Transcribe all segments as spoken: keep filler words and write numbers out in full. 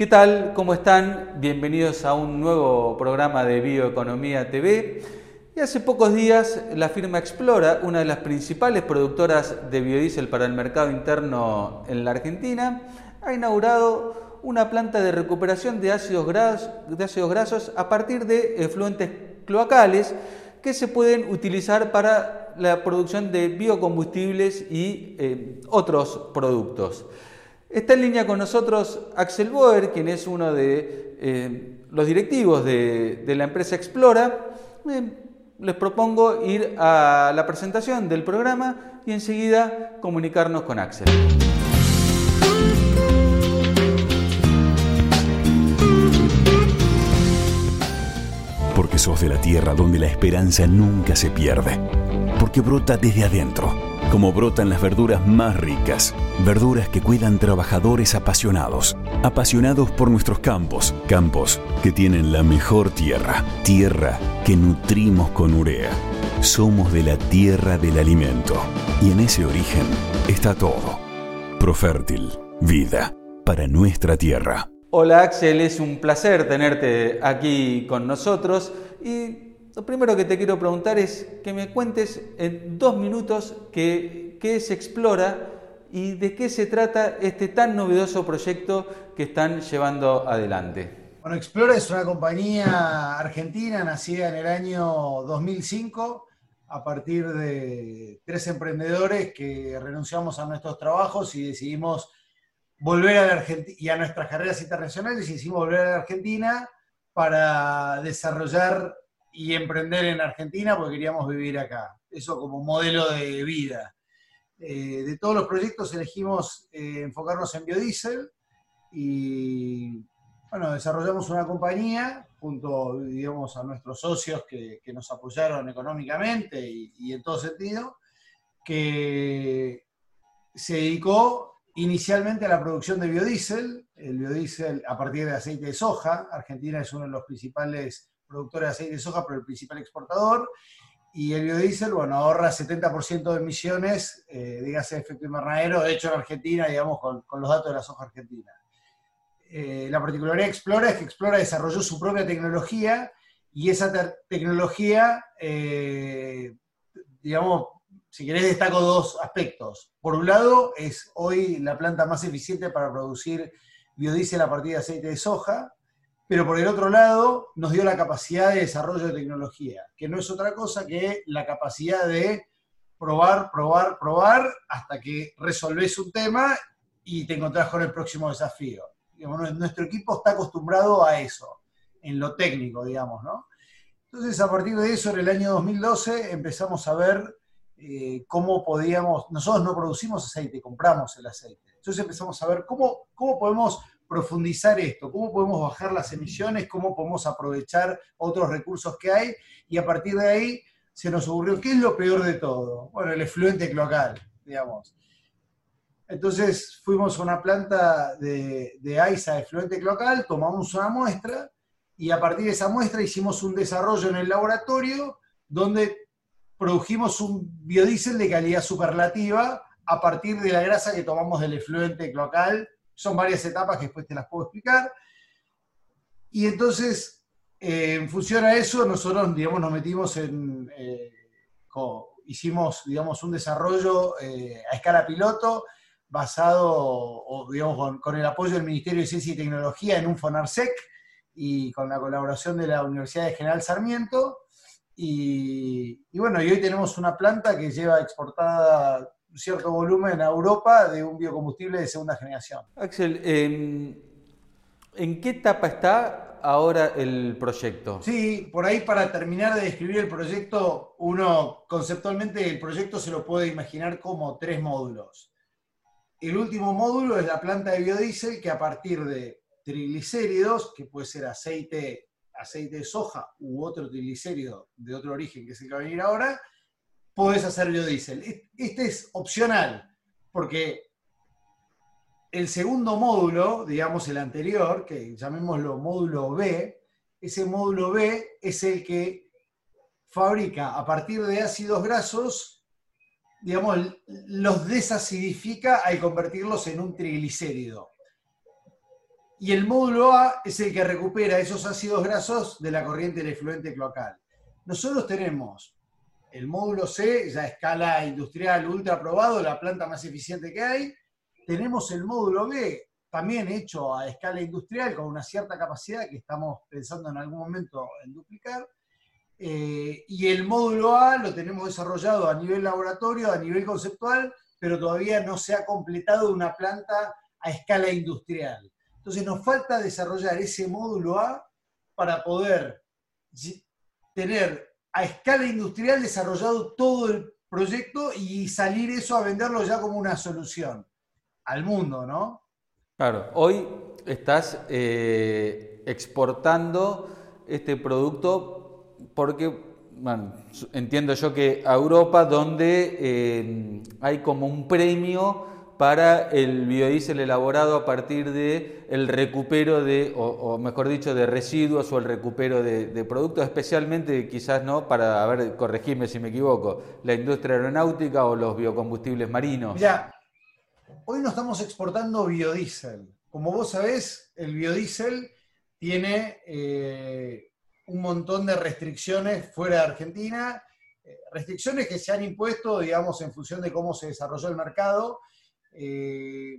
¿Qué tal? ¿Cómo están? Bienvenidos a un nuevo programa de Bioeconomía T V. Y hace pocos días la firma Explora, una de las principales productoras de biodiesel para el mercado interno en la Argentina, ha inaugurado una planta de recuperación de ácidos grasos, de ácidos grasos a partir de efluentes cloacales que se pueden utilizar para la producción de biocombustibles y eh, otros productos. Está en línea con nosotros Axel Boer, quien es uno de eh, los directivos de, de la empresa Explora. Eh, les propongo ir a la presentación del programa y enseguida comunicarnos con Axel. Porque sos de la tierra donde la esperanza nunca se pierde. Porque brota desde adentro, como brotan las verduras más ricas. Verduras que cuidan trabajadores apasionados. Apasionados por nuestros campos. Campos que tienen la mejor tierra. Tierra que nutrimos con urea. Somos de la tierra del alimento. Y en ese origen está todo. Profértil, vida para nuestra tierra. Hola Axel, es un placer tenerte aquí con nosotros. Y lo primero que te quiero preguntar es que me cuentes en dos minutos qué, qué es Explora y de qué se trata este tan novedoso proyecto que están llevando adelante. Bueno, Explora es una compañía argentina nacida en el año dos mil cinco a partir de tres emprendedores que renunciamos a nuestros trabajos y decidimos volver a la Argentina y a nuestras carreras internacionales y decidimos volver a la Argentina para desarrollar y emprender en Argentina porque queríamos vivir acá. Eso como modelo de vida. Eh, de todos los proyectos elegimos eh, enfocarnos en biodiesel y bueno, desarrollamos una compañía junto, digamos, a nuestros socios que, que nos apoyaron económicamente y, y en todo sentido, que se dedicó inicialmente a la producción de biodiesel, el biodiesel a partir de aceite de soja. Argentina es uno de los principales productores de aceite de soja, pero el principal exportador. Y el biodiesel, bueno, ahorra setenta por ciento de emisiones eh, de gases de efecto invernadero, de hecho en Argentina, digamos, con, con los datos de la soja argentina. Eh, la particularidad de Explora es que Explora desarrolló su propia tecnología y esa te tecnología, eh, digamos, si querés destaco dos aspectos. Por un lado, es hoy la planta más eficiente para producir biodiesel a partir de aceite de soja, pero por el otro lado nos dio la capacidad de desarrollo de tecnología, que no es otra cosa que la capacidad de probar, probar, probar, hasta que resolvés un tema y te encontrás con el próximo desafío. Digamos, nuestro equipo está acostumbrado a eso, en lo técnico, digamos, ¿no? Entonces, a partir de eso, en el año dos mil doce, empezamos a ver eh, cómo podíamos, nosotros no producimos aceite, compramos el aceite. Entonces empezamos a ver cómo, cómo podemos profundizar esto, cómo podemos bajar las emisiones, cómo podemos aprovechar otros recursos que hay, y a partir de ahí se nos ocurrió, ¿qué es lo peor de todo? Bueno, el efluente cloacal, digamos. Entonces fuimos a una planta de, de AISA, efluente cloacal, tomamos una muestra, y a partir de esa muestra hicimos un desarrollo en el laboratorio, donde produjimos un biodiesel de calidad superlativa a partir de la grasa que tomamos del efluente cloacal. Son varias etapas que después te las puedo explicar. Y entonces, eh, en función a eso, nosotros, digamos, nos metimos en... Eh, co, hicimos, digamos, un desarrollo eh, a escala piloto, basado, o, digamos, con, con el apoyo del Ministerio de Ciencia y Tecnología en un FONARSEC, y con la colaboración de la Universidad de General Sarmiento. Y, y bueno, y hoy tenemos una planta que lleva exportada un cierto volumen a Europa de un biocombustible de segunda generación. Axel, eh, ¿en qué etapa está ahora el proyecto? Sí, por ahí para terminar de describir el proyecto, uno conceptualmente el proyecto se lo puede imaginar como tres módulos. El último módulo es la planta de biodiesel que a partir de triglicéridos, que puede ser aceite, aceite de soja u otro triglicérido de otro origen que es el que va a venir ahora, podés hacer biodiesel. Este es opcional, porque el segundo módulo, digamos el anterior, que llamémoslo módulo B, ese módulo B es el que fabrica a partir de ácidos grasos, digamos, los desacidifica al convertirlos en un triglicérido. y el módulo A es el que recupera esos ácidos grasos de la corriente del efluente cloacal. Nosotros tenemos el módulo C, ya a escala industrial ultra aprobado, la planta más eficiente que hay. Tenemos el módulo B, también hecho a escala industrial, con una cierta capacidad que estamos pensando en algún momento en duplicar. Eh, y el módulo A lo tenemos desarrollado a nivel laboratorio, a nivel conceptual, pero todavía no se ha completado una planta a escala industrial. Entonces nos falta desarrollar ese módulo A para poder tener a escala industrial desarrollado todo el proyecto y salir eso a venderlo ya como una solución al mundo, ¿no? Claro, hoy estás eh, exportando este producto porque, bueno, entiendo yo que a Europa, donde eh, hay como un premio para el biodiesel elaborado a partir de el recupero de, o, o mejor dicho, de residuos o el recupero de, de productos, especialmente quizás, ¿no?, para, a ver, corregirme si me equivoco, la industria aeronáutica o los biocombustibles marinos. Mirá, hoy no estamos exportando biodiesel. Como vos sabés, el biodiesel tiene eh, un montón de restricciones fuera de Argentina, eh, restricciones que se han impuesto, digamos, en función de cómo se desarrolló el mercado. Eh,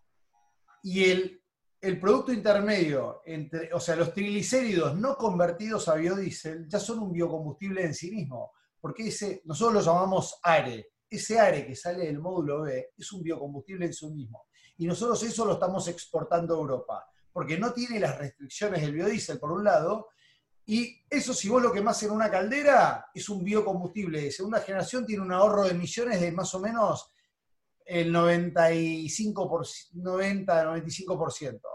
y el, el producto intermedio, entre, o sea, los triglicéridos no convertidos a biodiesel ya son un biocombustible en sí mismo, porque ese, nosotros lo llamamos A R E. Ese A R E que sale del módulo B es un biocombustible en sí mismo. Y nosotros eso lo estamos exportando a Europa, porque no tiene las restricciones del biodiesel, por un lado, y eso, si vos lo quemás en una caldera, es un biocombustible de segunda generación, tiene un ahorro de emisiones de más o menos el noventa y cinco por ciento, noventa a noventa y cinco por ciento.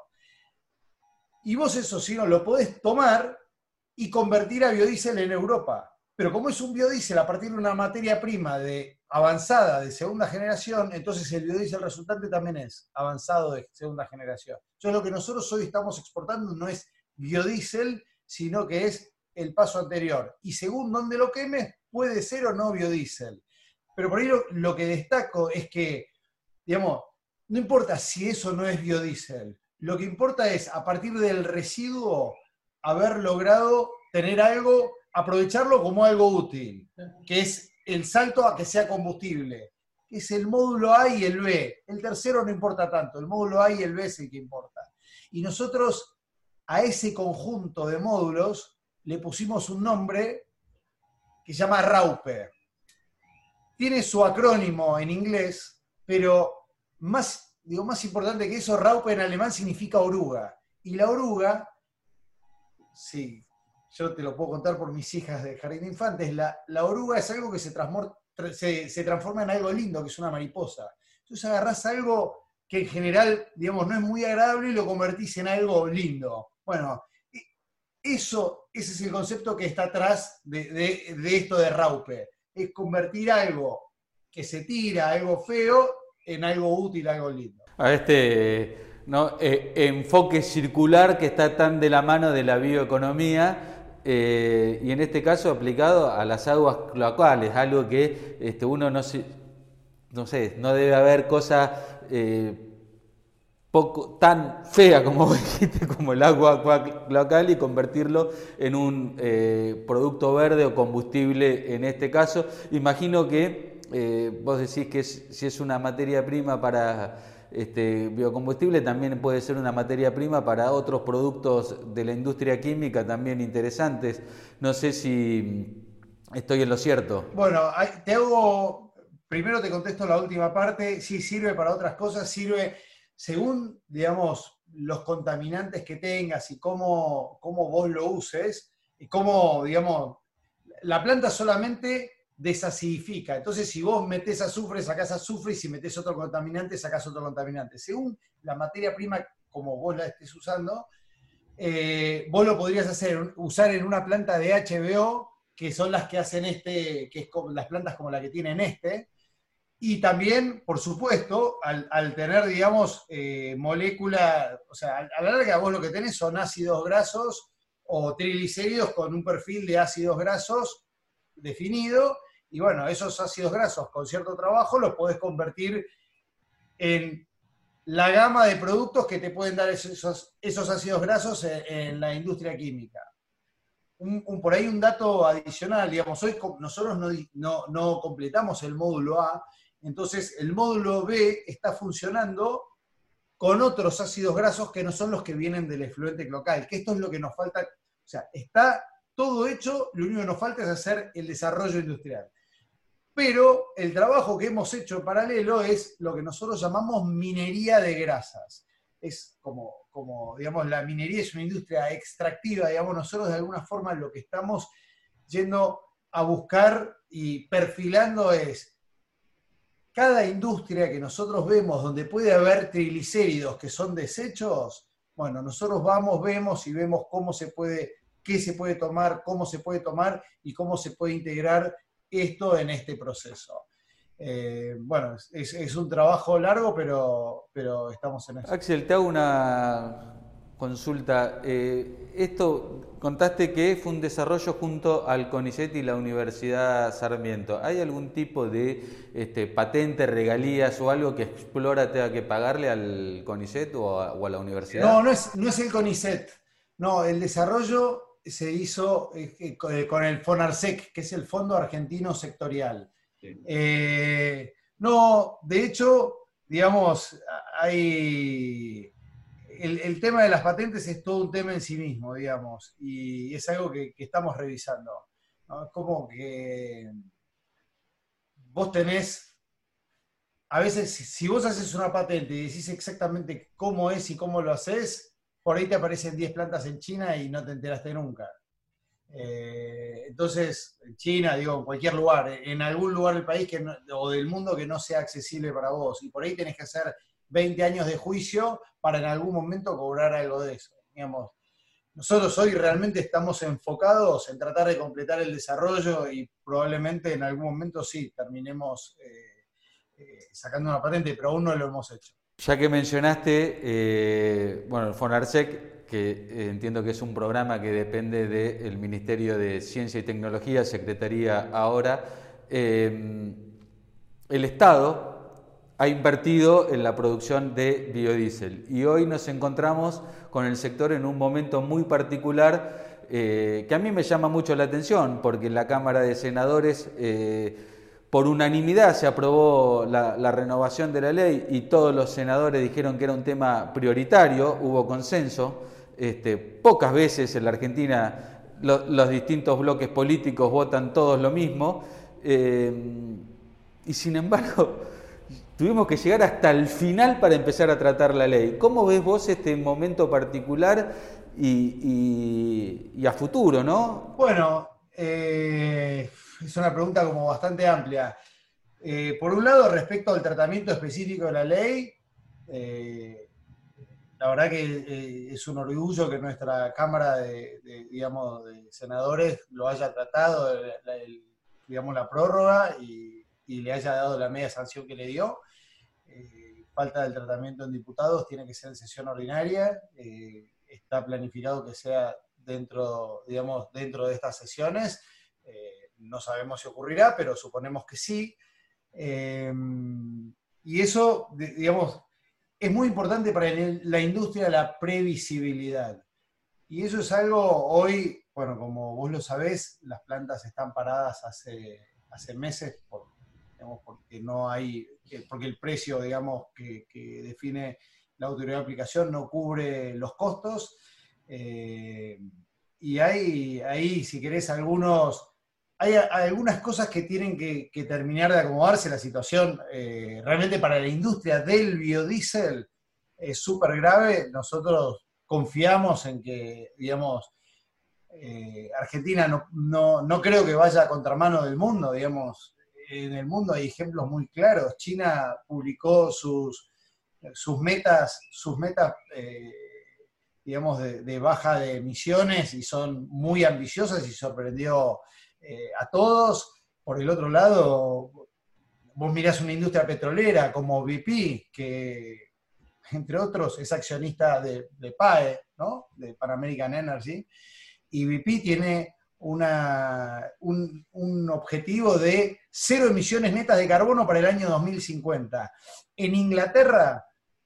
Y vos eso, si no, lo podés tomar y convertir a biodiesel en Europa. Pero como es un biodiesel a partir de una materia prima de avanzada de segunda generación, entonces el biodiesel resultante también es avanzado de segunda generación. Entonces lo que nosotros hoy estamos exportando no es biodiesel, sino que es el paso anterior. Y según dónde lo quemes, puede ser o no biodiesel. Pero por ahí lo, lo que destaco es que, digamos, no importa si eso no es biodiesel, lo que importa es, a partir del residuo, haber logrado tener algo, aprovecharlo como algo útil, que es el salto a que sea combustible, que es el módulo A y el B. El tercero no importa tanto, el módulo A y el B es el que importa. Y nosotros a ese conjunto de módulos le pusimos un nombre que se llama RAUPE. Tiene su acrónimo en inglés, pero más, digo, más importante que eso, Raupe en alemán significa oruga. Y la oruga, sí, yo te lo puedo contar por mis hijas de jardín de infantes, la, la oruga es algo que se, se, se transforma en algo lindo, que es una mariposa. Entonces agarrás algo que en general, digamos, no es muy agradable y lo convertís en algo lindo. Bueno, eso, ese es el concepto que está atrás de, de, de esto de Raupe. Es convertir algo que se tira, algo feo, en algo útil, algo lindo. A este ¿no? eh, enfoque circular que está tan de la mano de la bioeconomía eh, y en este caso aplicado a las aguas cloacales, algo que este, uno no, se, no sé, no debe haber cosa eh, poco, tan fea como vos dijiste, como el agua cloacal, y convertirlo en un eh, producto verde o combustible en este caso. Imagino que eh, vos decís que es, si es una materia prima para este biocombustible, también puede ser una materia prima para otros productos de la industria química también interesantes. No sé si estoy en lo cierto. Bueno, te hago, primero te contesto la última parte. Sí, sirve para otras cosas, sirve según, digamos, los contaminantes que tengas y cómo, cómo vos lo uses, y cómo, digamos, la planta solamente desacidifica. Entonces, si vos metés azufre, sacás azufre, y si metés otro contaminante, sacás otro contaminante. Según la materia prima, como vos la estés usando, eh, vos lo podrías hacer, usar en una planta de H B O, que son las que hacen este, que es como, las plantas como la que tienen este. Y también, por supuesto, al, al tener, digamos, eh, molécula, o sea, a la larga vos lo que tenés son ácidos grasos o triglicéridos con un perfil de ácidos grasos definido, y bueno, esos ácidos grasos con cierto trabajo los podés convertir en la gama de productos que te pueden dar esos, esos ácidos grasos en, en la industria química. Un, un, por ahí un dato adicional, digamos, hoy nosotros no, no, no completamos el módulo A, entonces el módulo B está funcionando con otros ácidos grasos que no son los que vienen del efluente cloacal, que esto es lo que nos falta, o sea, está todo hecho, lo único que nos falta es hacer el desarrollo industrial. Pero el trabajo que hemos hecho en paralelo es lo que nosotros llamamos minería de grasas. Es como, como, digamos, la minería es una industria extractiva, digamos, nosotros de alguna forma lo que estamos yendo a buscar y perfilando es cada industria que nosotros vemos donde puede haber triglicéridos que son desechos, bueno, nosotros vamos, vemos y vemos cómo se puede, qué se puede tomar, cómo se puede tomar y cómo se puede integrar esto en este proceso. Eh, bueno, es, es un trabajo largo, pero, pero estamos en eso. Axel, te hago una consulta. Eh, esto, contaste que fue un desarrollo junto al CONICET y la Universidad Sarmiento. ¿Hay algún tipo de este, patente, regalías o algo que Explora tenga que pagarle al CONICET o a, o a la universidad? No, no es, no es el CONICET. No, el desarrollo se hizo eh, con el FONARSEC, que es el Fondo Argentino Sectorial. Sí. Eh, no, de hecho, digamos, hay... El, el tema de las patentes es todo un tema en sí mismo, digamos, y es algo que, que estamos revisando, ¿no? Es como que vos tenés, a veces, si vos haces una patente y decís exactamente cómo es y cómo lo haces, por ahí te aparecen diez plantas en China y no te enteraste nunca. Eh, entonces, en China, digo, en cualquier lugar, en algún lugar del país que no, o del mundo que no sea accesible para vos, y por ahí tenés que hacer veinte años de juicio para en algún momento cobrar algo de eso. Digamos, nosotros hoy realmente estamos enfocados en tratar de completar el desarrollo y probablemente en algún momento sí terminemos eh, eh, sacando una patente, pero aún no lo hemos hecho. Ya que mencionaste, eh, bueno, el FONARSEC, que eh, entiendo que es un programa que depende del Ministerio de Ciencia y Tecnología, Secretaría ahora, eh, el Estado ha invertido en la producción de biodiesel y hoy nos encontramos con el sector en un momento muy particular eh, que a mí me llama mucho la atención porque en la Cámara de Senadores eh, por unanimidad se aprobó la, la renovación de la ley y todos los senadores dijeron que era un tema prioritario, hubo consenso. Este, pocas veces en la Argentina lo, los distintos bloques políticos votan todos lo mismo eh, y sin embargo tuvimos que llegar hasta el final para empezar a tratar la ley. ¿Cómo ves vos este momento particular y, y, y a futuro, no? Bueno, eh, es una pregunta como bastante amplia. Eh, por un lado, respecto al tratamiento específico de la ley, eh, la verdad que eh, es un orgullo que nuestra Cámara de, de, digamos, de Senadores lo haya tratado, la, el, digamos, la prórroga y, y le haya dado la media sanción que le dio. Eh, falta del tratamiento en diputados, tiene que ser en sesión ordinaria, eh, está planificado que sea dentro, digamos, dentro de estas sesiones, eh, no sabemos si ocurrirá, pero suponemos que sí, eh, y eso, digamos, es muy importante para la industria la previsibilidad, y eso es algo hoy, bueno, como vos lo sabés, las plantas están paradas hace, hace meses por digamos, porque no hay, porque el precio, digamos, que, que define la autoridad de aplicación no cubre los costos, eh, y hay ahí, si querés, algunos, hay algunas cosas que tienen que, que terminar de acomodarse. La situación eh, realmente para la industria del biodiesel es súper grave. Nosotros confiamos en que, digamos, eh, Argentina no, no, no creo que vaya a contramano del mundo, digamos. En el mundo hay ejemplos muy claros. China publicó sus, sus metas, sus metas eh, digamos, de, de baja de emisiones y son muy ambiciosas y sorprendió eh, a todos. Por el otro lado, vos mirás una industria petrolera como B P, que entre otros es accionista de, de P A E, ¿no? De Pan American Energy, y B P tiene Una, un, un objetivo de cero emisiones netas de carbono para el año dos mil cincuenta. En Inglaterra,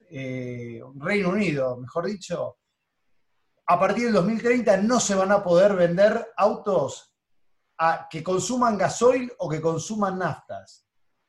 eh, Reino Unido, mejor dicho, a partir del dos mil treinta no se van a poder vender autos a, que consuman gasoil o que consuman naftas.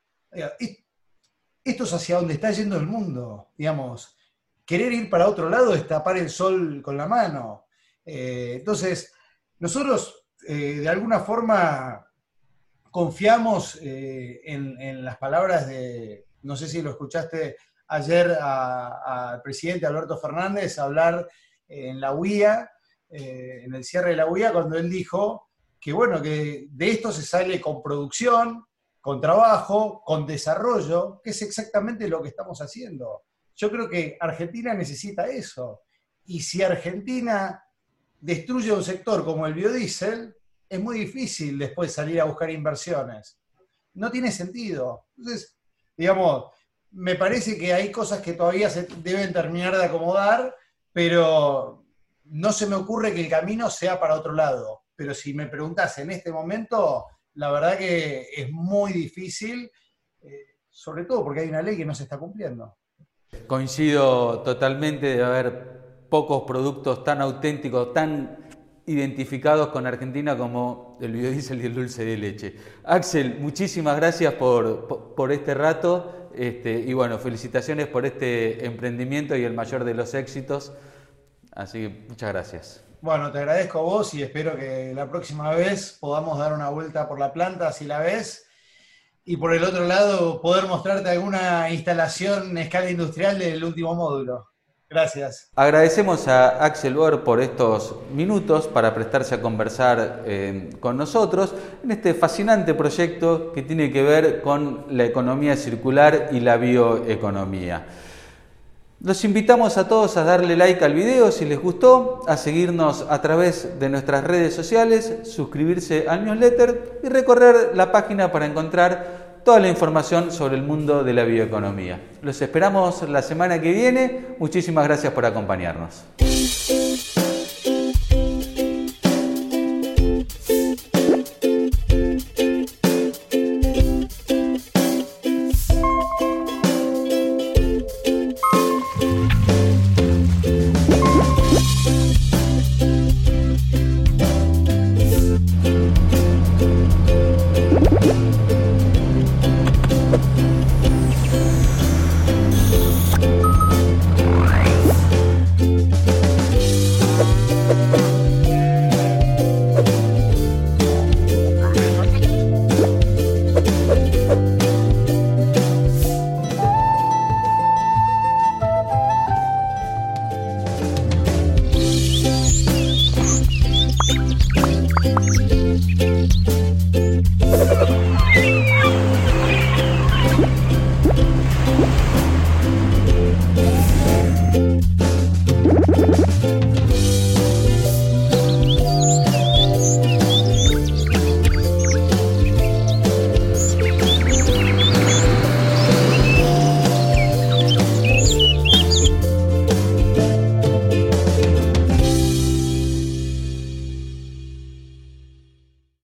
Esto es hacia donde está yendo el mundo, digamos. Querer ir para otro lado es tapar el sol con la mano. Eh, entonces, nosotros eh, de alguna forma confiamos eh, en, en las palabras de, no sé si lo escuchaste ayer al presidente Alberto Fernández hablar en la U I A, eh, en el cierre de la U I A, cuando él dijo que bueno, que de esto se sale con producción, con trabajo, con desarrollo, que es exactamente lo que estamos haciendo. Yo creo que Argentina necesita eso. Y si Argentina destruye un sector como el biodiesel, es muy difícil después salir a buscar inversiones. No tiene sentido. Entonces, digamos, me parece que hay cosas que todavía se deben terminar de acomodar, pero no se me ocurre que el camino sea para otro lado. Pero si me preguntás en este momento, la verdad que es muy difícil, eh, sobre todo porque hay una ley que no se está cumpliendo. Coincido totalmente, de haber pocos productos tan auténticos, tan identificados con Argentina como el biodiesel y el dulce de leche. Axel, muchísimas gracias por, por, por este rato este, y bueno, felicitaciones por este emprendimiento y el mayor de los éxitos. Así que muchas gracias. Bueno, te agradezco a vos y espero que la próxima vez podamos dar una vuelta por la planta si la ves. Y por el otro lado, poder mostrarte alguna instalación a escala industrial del último módulo. Gracias. Agradecemos a Axel Boer por estos minutos para prestarse a conversar eh, con nosotros en este fascinante proyecto que tiene que ver con la economía circular y la bioeconomía. Los invitamos a todos a darle like al video si les gustó, a seguirnos a través de nuestras redes sociales, suscribirse al newsletter y recorrer la página para encontrar toda la información sobre el mundo de la bioeconomía. Los esperamos la semana que viene. Muchísimas gracias por acompañarnos.